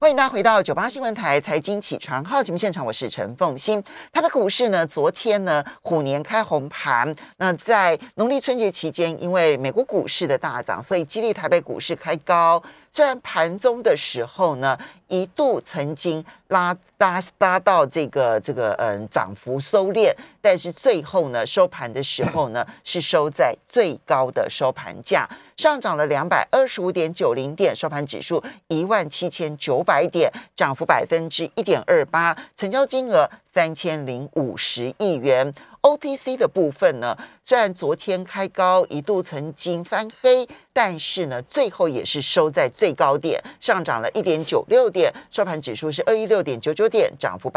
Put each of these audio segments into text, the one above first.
欢迎大家回到98新闻台财经起床号节目现场，我是陈凤馨。台北股市呢，昨天呢虎年开红盘。那在农历春节期间，因为美国股市的大涨，所以激励台北股市开高。虽然盘中的时候呢，一度曾经拉到这个涨幅收敛，但是最后呢收盘的时候呢是收在最高的收盘价，上涨了225.90点，收盘指数17900点，涨幅1.28%，成交金额3050亿元。OTC 的部分呢，虽然昨天开高，一度曾经翻黑，但是呢，最后也是收在最高点，上涨了1.96点，收盘指数是216.99点，涨幅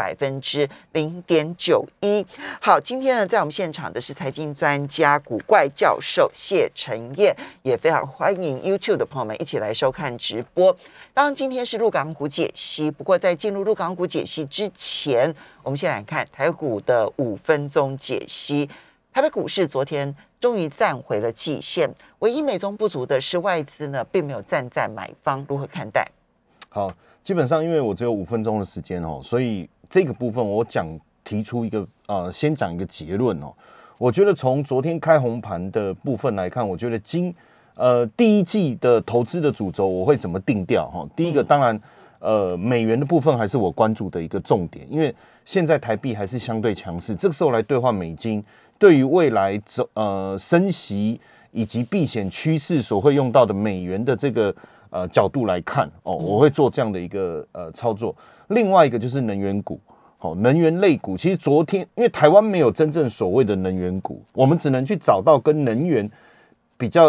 0.91%。好，今天呢，在我们现场的是财经专家古怪教授谢晨彦，也非常欢迎 YouTube 的朋友们一起来收看直播。当然，今天是陆港股解析，不过在进入陆港股解析之前，我们先来看台股的5分钟解析。台北股市昨天终于站回了季线，唯一美中不足的是外资呢并没有站在买方，如何看待？ 好，基本上因为我只有5分钟的时间哦，所以这个部分我提出一个先讲一个结论哦。我觉得从昨天开红盘的部分来看，我觉得第一季的投资的主轴我会怎么定调哈？第一个当然美元的部分还是我关注的一个重点，因为现在台币还是相对强势，这个时候来兑换美金，对于未来升息以及避险趋势所会用到的美元的这个角度来看哦，我会做这样的一个操作。另外一个就是能源股，能源类股，其实昨天因为台湾没有真正所谓的能源股，我们只能去找到跟能源比较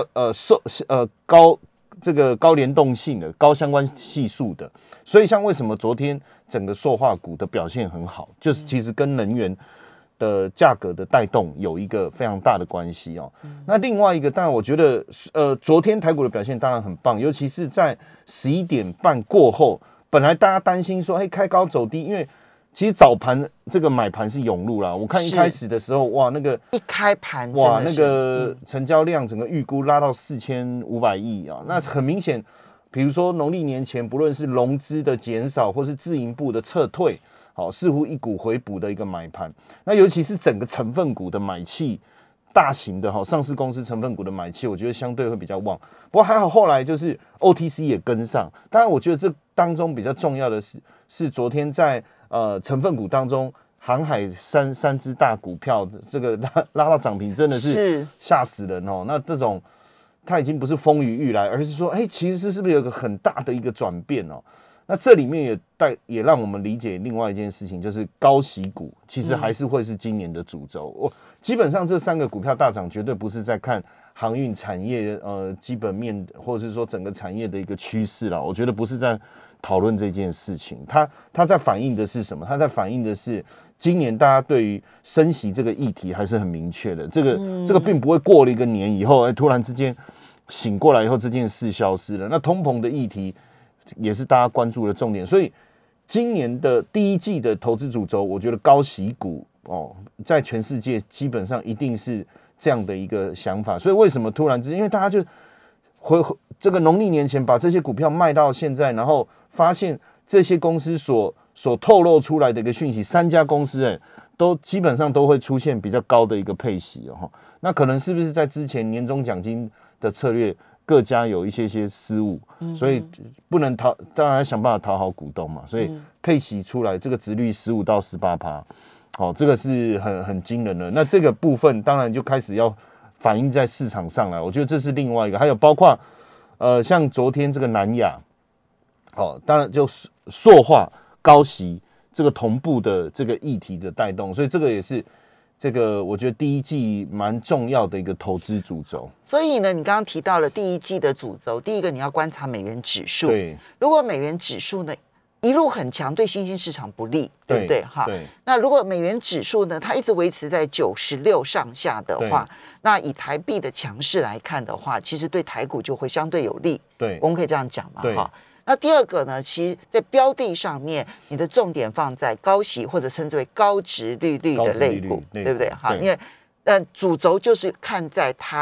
高联动性的、高相关系数的，所以像为什么昨天整个塑化股的表现很好，就是其实跟能源的价格的带动有一个非常大的关系哦。那另外一个，当然我觉得昨天台股的表现当然很棒，尤其是在11点半过后，本来大家担心说，嘿，开高走低，因为其实早盘这个买盘是涌入啦，我看一开始的时候，哇，那个一开盘哇，那个成交量整个预估拉到4500亿啊，那很明显，比如说农历年前，不论是融资的减少或是自营部的撤退，好，似乎一股回补的一个买盘。那尤其是整个成分股的买气，大型的上市公司成分股的买气，我觉得相对会比较旺。不过还好，后来就是 OTC 也跟上。当然，我觉得这当中比较重要的是昨天在成分股当中，航海三只大股票，这个拉到涨停，真的是吓死人哦。那这种它已经不是风雨欲来，而是说，其实是不是有个很大的一个转变哦？那这里面也让我们理解另外一件事情，就是高息股其实还是会是今年的主轴。基本上这3个股票大涨，绝对不是在看航运产业基本面，或者是说整个产业的一个趋势啦。我觉得不是在讨论这件事情，它在反映的是什么？它在反映的是今年大家对于升息这个议题还是很明确的。这个并不会过了一个年以后，突然之间醒过来以后，这件事消失了。那通膨的议题也是大家关注的重点，所以今年的第一季的投资主轴，我觉得高息股在全世界基本上一定是这样的一个想法。所以为什么突然之间，因为大家就这个农历年前把这些股票卖到现在，然后发现这些公司所透露出来的一个讯息，3家公司都基本上都会出现比较高的一个配息哦。那可能是不是在之前年终奖金的策略各家有一些失误，所以不能当然想办法讨好股东嘛，所以配息出来这个殖利率15%到18%，这个是很惊人的。那这个部分当然就开始要反映在市场上来，我觉得这是另外一个。还有包括像昨天这个南亚，当然就塑化高息这个同步的这个议题的带动，所以这个也是这个我觉得第一季蛮重要的一个投资主轴。 所以呢，你刚刚提到了第一季的主轴，第一个你要观察美元指数。 对， 如果美元指数呢一路很强，对新兴市场不利，对不对？ 对。 那如果美元指数呢，它一直维持在96上下的话，那以台币的强势来看的话，其实对台股就会相对有利。 对， 我们可以这样讲嘛，哈。那第二个呢，其实在标的上面，你的重点放在高息或者称之为高殖利率的类股，对不对？好，因为主轴就是看在它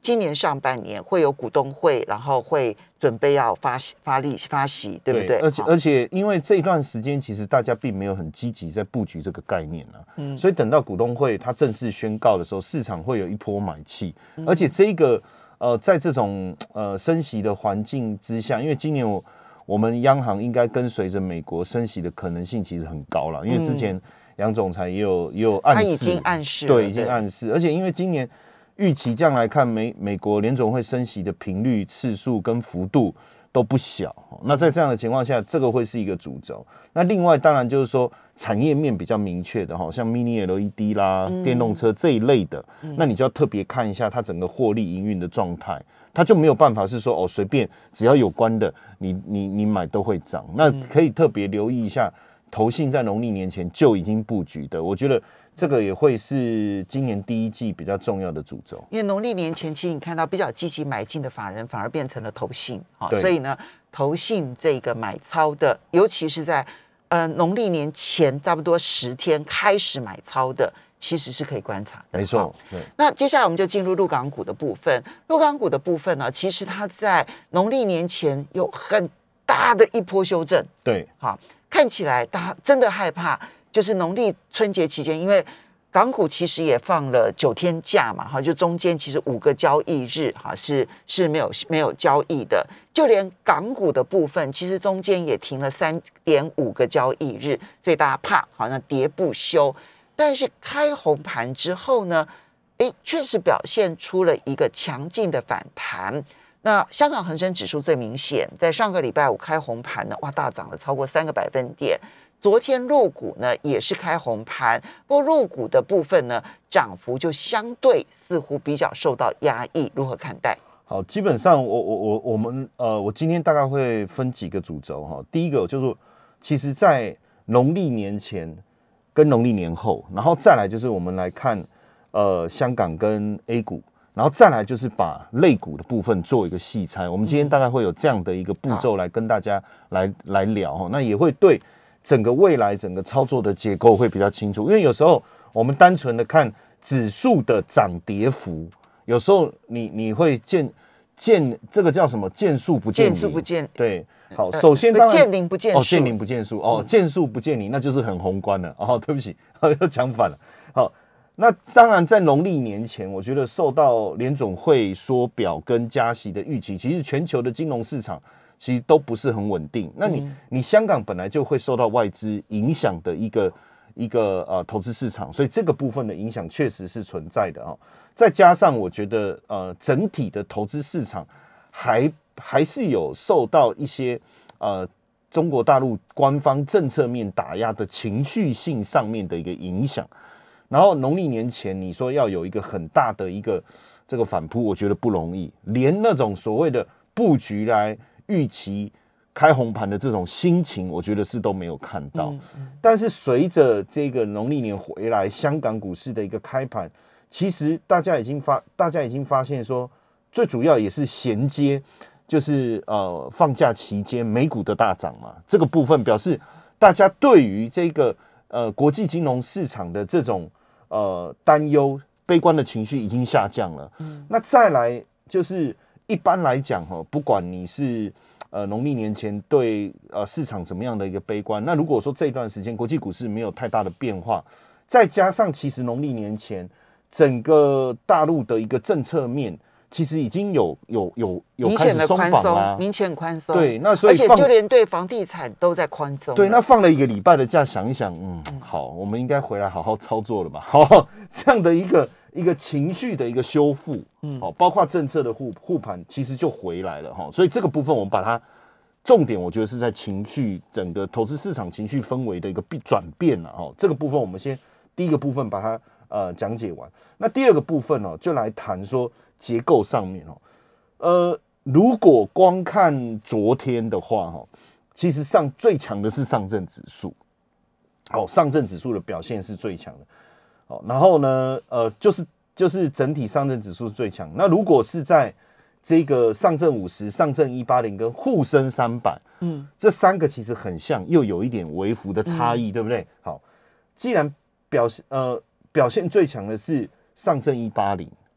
今年上半年会有股东会，然后会准备要发息，对不对？ 而且因为这段时间其实大家并没有很积极在布局这个概念所以等到股东会它正式宣告的时候，市场会有一波买气，而且这个在这种升息的环境之下，因为今年我们央行应该跟随着美国升息的可能性其实很高了，因为之前杨总裁也有暗示， 他已经暗示了， 对，已经暗示，而且因为今年预期这样来看，美国联总会升息的频率、次数跟幅度都不小。那在这样的情况下，这个会是一个主轴。那另外当然就是说产业面比较明确的像 Mini LED 啦、电动车这一类的，那你就要特别看一下它整个获利营运的状态，它就没有办法是说随便只要有关的你买都会涨。那可以特别留意一下投信在农历年前就已经布局的，我觉得这个也会是今年第一季比较重要的主轴。 因为农历年前期你看到比较积极买进的法人反而变成了投信，所以呢投信这个买超的，尤其是在农历年前差不多10天开始买超的，其实是可以观察的。 没错，对。 那接下来我们就进入陆港股的部分。陆港股的部分呢，其实它在农历年前有很大的一波修正。 对， 好，看起来大家真的害怕，就是农历春节期间，因为港股其实也放了9天假嘛，就中间其实5个交易日是没有交易的，就连港股的部分，其实中间也停了3.5个交易日，所以大家怕好像跌不休。但是开红盘之后呢，确实表现出了一个强劲的反弹。那香港恒生指数最明显，在上个礼拜五开红盘呢，哇，大涨了超过3个百分点。昨天陆股呢也是开红盘，不过陆股的部分呢，涨幅就相对似乎比较受到压抑，如何看待？ 好，基本上我今天大概会分几个主轴第一个就是，其实在农历年前跟农历年后，然后再来就是我们来看香港跟 A 股，然后再来就是把类股的部分做一个细拆。我们今天大概会有这样的一个步骤来跟大家来聊那也会对整个未来整个操作的结构会比较清楚，因为有时候我们单纯的看指数的涨跌幅，有时候你会见这个叫什么见树不见林， 见树不见对。好，首先当然见林不见树， 见林不见树见树不见林，那就是很宏观了对不起，又讲反了。好，那当然在农历年前，我觉得受到联总会缩表跟加息的预期，其实全球的金融市场其实都不是很稳定。那你香港本来就会受到外资影响的一个投资市场，所以这个部分的影响确实是存在的再加上我觉得整体的投资市场还是有受到一些中国大陆官方政策面打压的情绪性上面的一个影响。然后农历年前你说要有一个很大的一个这个反扑，我觉得不容易，连那种所谓的布局来预期开红盘的这种心情，我觉得是都没有看到。但是随着这个农历年回来，香港股市的一个开盘，其实大家已经发现说，最主要也是衔接，就是放假期间美股的大涨嘛，这个部分表示大家对于这个国际金融市场的这种担忧、悲观的情绪已经下降了。那再来就是一般来讲不管你是农历年前对市场怎么样的一个悲观，那如果说这段时间国际股市没有太大的变化，再加上其实农历年前整个大陆的一个政策面其实已经有开始松绑啦， 明显宽松。 对，那所以而且就连对房地产都在宽松。 对，那放了1个礼拜的假，想一想，好，我们应该回来好好操作了吧？好，这样的一个情绪的一个修复，包括政策的护盘，其实就回来了所以这个部分我们把它重点，我觉得是在情绪整个投资市场情绪氛围的一个转变了这个部分我们先第一个部分把它讲解完。那第二个部分就来谈说结构上面如果光看昨天的话其实最强的是上证指数上证指数的表现是最强的然后呢就是整体上证指数是最强。那如果是在这个上证50、上证180跟沪深300这3个其实很像，又有一点微幅的差异，对不对？好，既然表现最强的是上证180，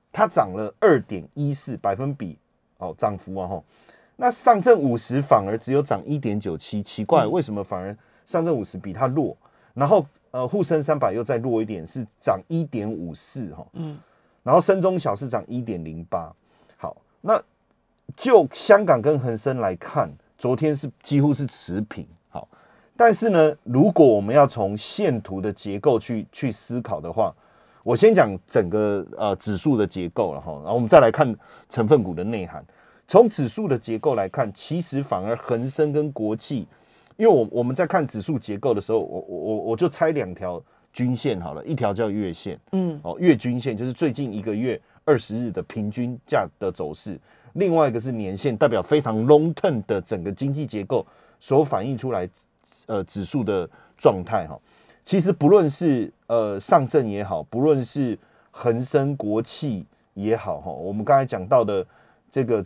它涨了2.14百分比涨幅啊哈。那上证50反而只有涨1.97，奇怪，为什么反而上证50比它弱？然后沪深300又再弱一点，是涨1.54哈。然后深中小是涨1.08。好，那就香港跟恒生来看，昨天是几乎是持平。好，但是呢，如果我们要从线图的结构去思考的话，我先讲整个指数的结构了哈，然后我们再来看成分股的内涵。从指数的结构来看，其实反而恒生跟国企，因为我们在看指数结构的时候，我就拆2条均线好了，一条叫月线，月均线就是最近1个月20日的平均价的走势，另外一个是年线，代表非常 long term 的整个经济结构所反映出来指数的状态哈。其实不论是上证也好，不论是恒生国企也好哈，我们刚才讲到的这个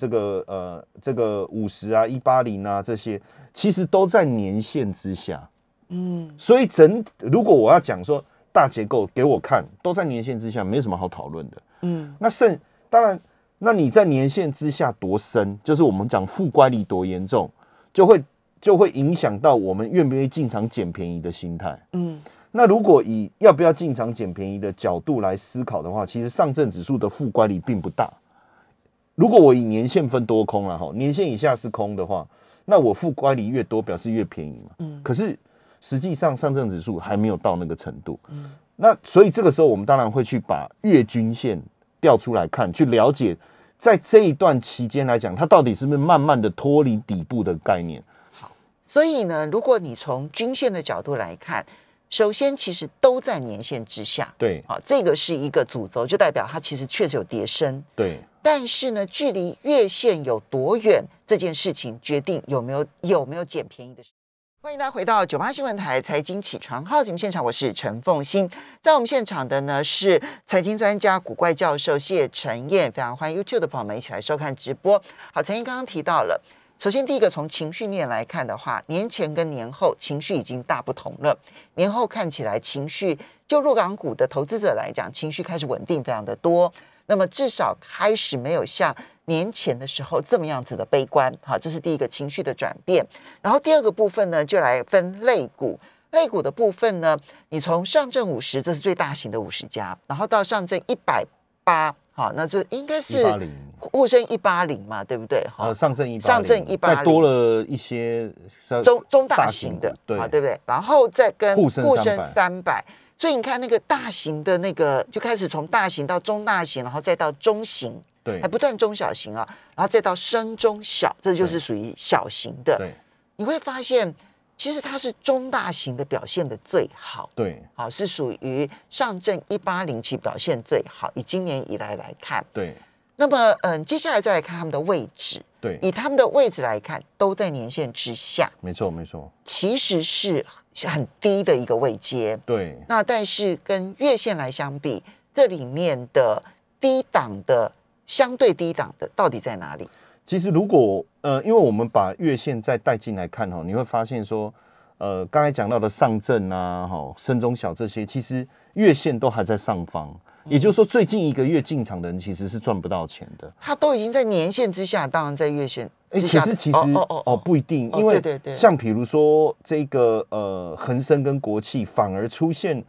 50啊、180啊这些，其实都在年线之下。所以如果我要讲说大结构给我看，都在年线之下，没什么好讨论的。那当然，那你在年线之下多深，就是我们讲负乖离多严重，就会影响到我们愿不愿意进场捡便宜的心态。那如果以要不要进场捡便宜的角度来思考的话，其实上证指数的负乖离并不大。如果我以年线分多空了哈，年线以下是空的话，那我负乖离越多，表示越便宜嘛。可是实际上上证指数还没有到那个程度。那所以这个时候我们当然会去把月均线调出来看，去了解在这一段期间来讲，它到底是不是慢慢的脱离底部的概念。 好，所以呢，如果你从均线的角度来看，首先其实都在年线之下。 对， 好，这个是一个主轴，就代表它其实确实有跌升。 对。 但是呢，距离月线有多远，这件事情决定有没有捡便宜的事。欢迎大家回到98新闻台财经起床号节目现场，我是陈凤馨。在我们现场的呢是财经专家古怪教授谢晨燕，非常欢迎 YouTube 的朋友们一起来收看直播。好，晨燕刚刚提到了，首先第一个从情绪面来看的话，年前跟年后情绪已经大不同了。年后看起来情绪，就入港股的投资者来讲，情绪开始稳定非常的多。那么至少开始没有像年前的时候这么样子的悲观，好，这是第一个情绪的转变。然后第二个部分呢，就来分类股。类股的部分呢，你从上证50，这是最大型的50家，然后到上证180，好，那这应该是沪深180嘛，对不对？ 上证180，再多了一些中大型的， 对， 对不对？然后再跟沪深 300。所以你看那个大型的那个，就开始从大型到中大型，然后再到中型， 对， 还不断中小型啊，然后再到深中小，这就是属于小型的。 对， 你会发现，其实它是中大型的表现的最好。 对， 好，是属于上证180期表现最好，以今年以来看。 对。 那么，接下来再来看他们的位置。 对， 以他们的位置来看，都在年线之下。 没错，没错。 其实是很低的一个位阶。 对。 那但是跟月线来相比，这里面的低档的相对低档的到底在哪里？ 其实如果因为我们把月线再带进来看你会发现说，刚才讲到的上证啊、深中小这些，其实月线都还在上方。也就是说，最近1个月进场的人其实是赚不到钱的。 他都已经在年线之下，当然在月线之下。 可是其实不一定，因为像比如说这个恒生跟国企反而出现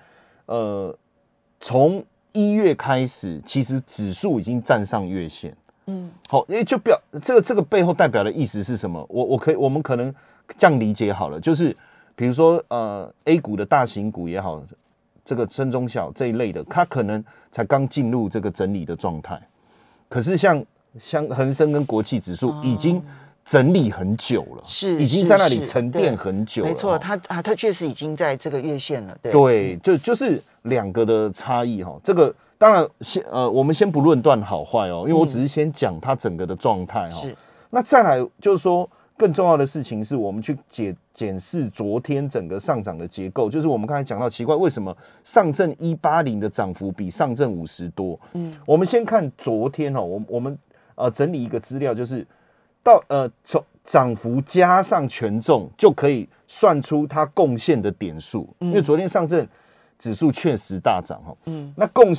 从1月开始，其实指数已经站上月线。好，因为就这个背后代表的意思是什么？我们可能这样理解好了，就是比如说A 股的大型股也好。这个深中小这一类的，它可能才刚进入这个整理的状态，可是像恒生跟国企指数已经整理很久了，已经在那里沉淀很久了。 没错，它确实已经在这个月线了。 对，就是2个的差异哈。这个当然我们先不论断好坏因为我只是先讲它整个的状态哈。那再来就是说。更重要的事情是我们去检视昨天整个上涨的结构，就是我们刚才讲到奇怪，为什么上证180的涨幅比上证50多？我们先看昨天我们整理一个资料，就是到从涨幅加上权重就可以算出它贡献的点数，因为昨天上证指数确实大涨那贡献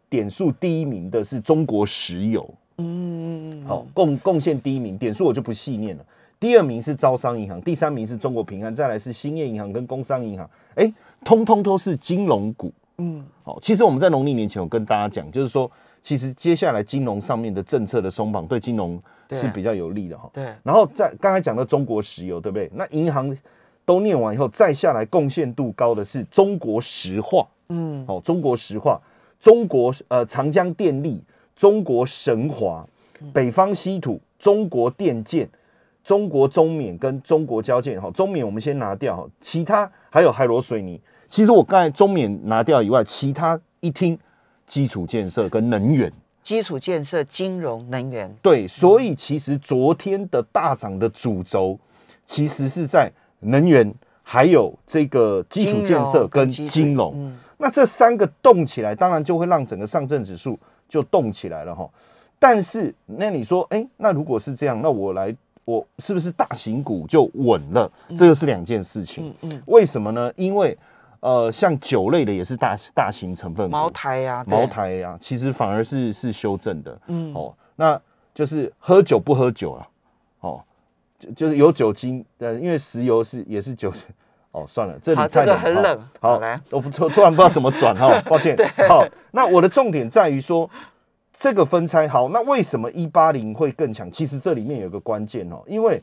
点数第一名的是中国石油，好，贡献第一名，点数我就不细念了。第二名是招商银行，第三名是中国平安，再来是兴业银行跟工商银行，通通都是金融股。好，其实我们在农历年前有跟大家讲，就是说，其实接下来金融上面的政策的松绑对金融是比较有利的哈。 对。 然后刚才讲到中国石油，对不对？那银行都念完以后，再下来贡献度高的是中国石化，中国石化，中国长江电力，中国神华，北方稀土，中国电建。中国中免跟中国交建，中免我们先拿掉，其他还有海螺水泥。其实我刚才中免拿掉以外，其他一听基础建设跟能源， 基础建设、金融、能源， 对，所以其实昨天的大涨的主轴，其实是在能源，还有这个基础建设跟金融。那这三个动起来，当然就会让整个上证指数就动起来了哈。但是那你说，那如果是这样，那我是不是大型股就稳了？这个是两件事情。为什么呢？因为像酒类的也是大型成分股， 茅台呀， 其实反而是修正的。那就是喝酒不喝酒啊，就是有酒精，因为石油也是酒精。算了，这里这个很冷。 好，我突然不知道怎么转哈，抱歉。好，那我的重点在于说。这个分拆好，那为什么180会更强？其实这里面有个关键因为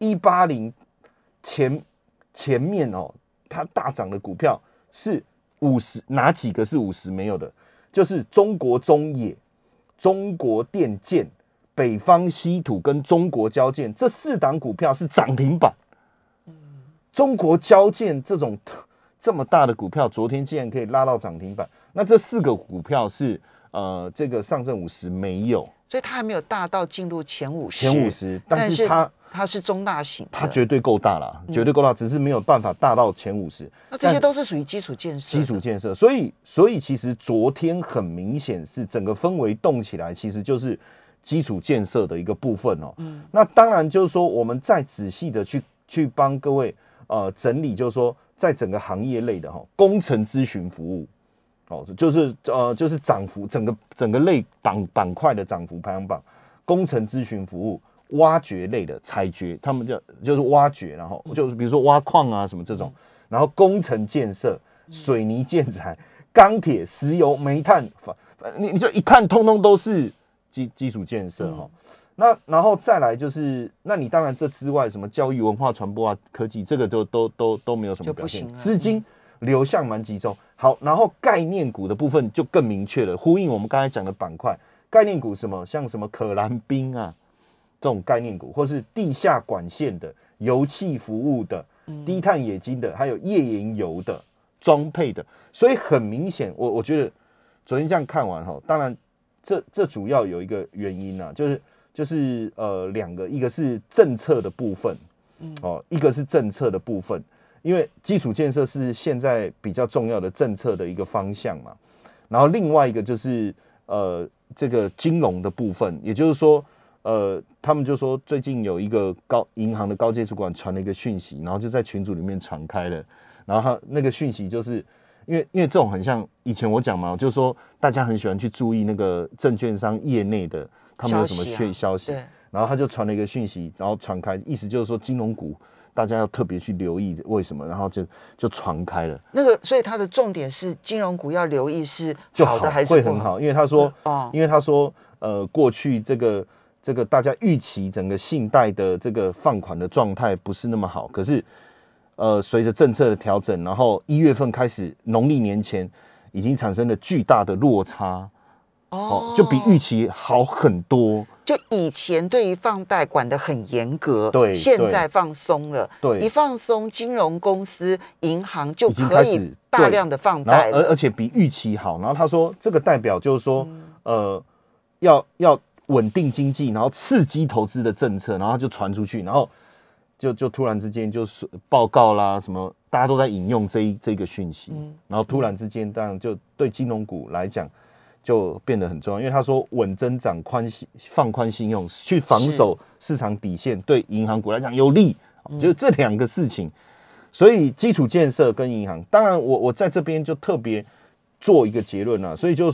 180前面它大涨的股票是50，哪几个是50没有的？就是中国中冶、中国电建、北方稀土跟中国交建这4档股票是涨停板。中国交建这么大的股票，昨天竟然可以拉到涨停板，那这4个股票是。这个上证50没有， 所以它还没有大到进入前50， 但是它是中大型的， 它绝对够大了，绝对够大，只是没有办法大到前50。 那这些都是属于基础建设， 所以其实昨天很明显是整个氛围动起来，其实就是基础建设的一个部分那当然就是说，我们再仔细的去帮各位整理，就是说在整个行业类的工程咨询服务。就是涨幅整个类板块的涨幅排行榜，工程咨询服务、挖掘类的采掘，他们就是挖掘，然后就是比如说挖矿啊什么这种，然后工程建设、水泥建材、钢铁、石油、煤炭，你就一看，通通都是基础建设那然后再来就是，那你当然这之外，什么教育、文化传播啊、科技，这个都没有什么表现，资金流向蛮集中。好，然后概念股的部分就更明确了，呼应我们刚才讲的板块。概念股像什么可燃冰啊这种概念股，或是地下管线的、油气服务的、低碳冶金的，还有页岩油的、装配的。所以很明显，我觉得昨天这样看完当然这主要有一个原因就是两个，一个是政策的部分，一个是政策的部分。因为基础建设是现在比较重要的政策的一个方向嘛，然后另外一个就是这个金融的部分，也就是说他们就说最近有一个银行的高阶主管传了一个讯息，然后就在群组里面传开了，然后他那个讯息就是因为这种很像以前我讲嘛，就是说大家很喜欢去注意那个证券商业内的他们有什么消息，然后他就传了一个讯息，然后传开，意思就是说金融股。大家要特别去留意为什么，然后就传开了。 所以它的重点是金融股要留意是好的还是会很好，因为他说，过去这个大家预期整个信贷的这个放款的状态不是那么好，可是随着政策的调整，然后1月份开始，农历年前已经产生了巨大的落差。就比预期好很多。 就以前对于放贷管得很严格， 对， 现在放松了， 对， 一放松，金融公司、银行就可以大量的放贷了， 而且比预期好。然后他说，这个代表就是说，要稳定经济，然后刺激投资的政策，然后就传出去，然后就突然之间就是报告啦，什么大家都在引用这个讯息，然后突然之间，当然就对金融股来讲。就变得很重要，因为他说稳增长、放宽信用，去防守市场底线，对银行股来讲有利，就是这两个事情。所以基础建设跟银行，当然我在这边就特别做一个结论啦。所以就是说，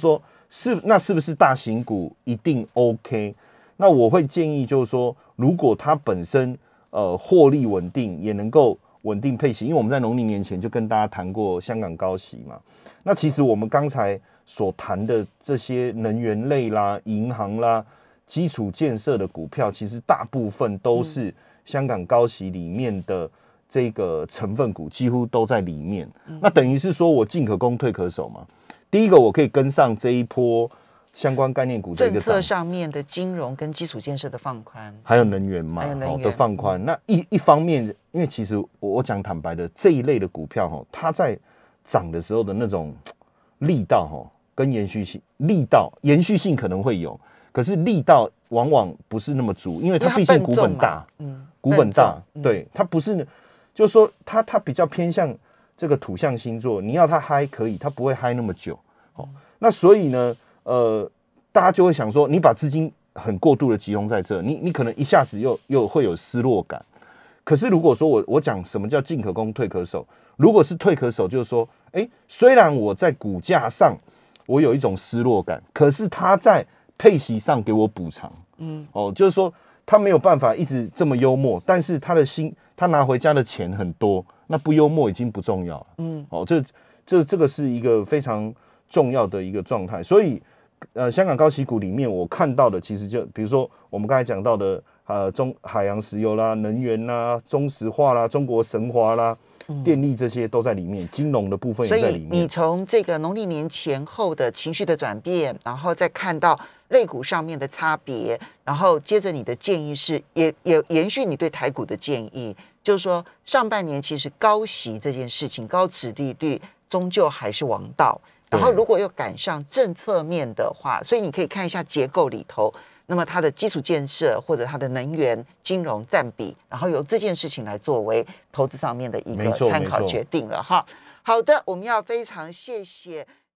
是不是大型股一定 OK？ 那我会建议就是说，如果它本身获利稳定，也能够稳定配息，因为我们在农历年前就跟大家谈过香港高息嘛。那其实我们刚才所谈的这些能源类啦、银行啦、基础建设的股票，其实大部分都是香港高息里面的这个成分股，几乎都在里面。那等于是说我进可攻退可守嘛。第一个我可以跟上这一波相关概念股的一个政策上面的金融跟基础建设的放宽， 还有能源嘛，的放宽。那一方面，因为其实我讲坦白的，这一类的股票它在涨的时候的那种力道跟延续性，延续性可能会有，可是力道往往不是那么足，因为它毕竟股本大，股本大，对，它不是，就是说它比较偏向这个土象星座，你要它嗨可以，它不会嗨那么久。那所以呢，大家就会想说，你把资金很过度的集中在这，你可能一下子又会有失落感。可是如果说我讲什么叫进可攻退可守，如果是退可守，就是说，虽然我在股价上我有一种失落感，可是它在配息上给我补偿，就是说他没有办法一直这么幽默，但是他拿回家的钱很多，那不幽默已经不重要了，这个是一个非常重要的一个状态。所以香港高息股里面我看到的，其实就比如说我们刚才讲到的中海洋石油啦、能源啦、中石化啦、中国神华啦、电力，这些都在里面，金融的部分也在里面。 所以你从这个农历年前后的情绪的转变，然后再看到类股上面的差别，然后接着你的建议是也延续你对台股的建议，就是说上半年其实高息这件事情，高殖利率终究还是王道。然后如果又赶上政策面的话，所以你可以看一下结构里头，那么它的基础建设或者它的能源、金融占比，然后由这件事情来作为投资上面的一个参考决定了哈。好的，我们要非常谢谢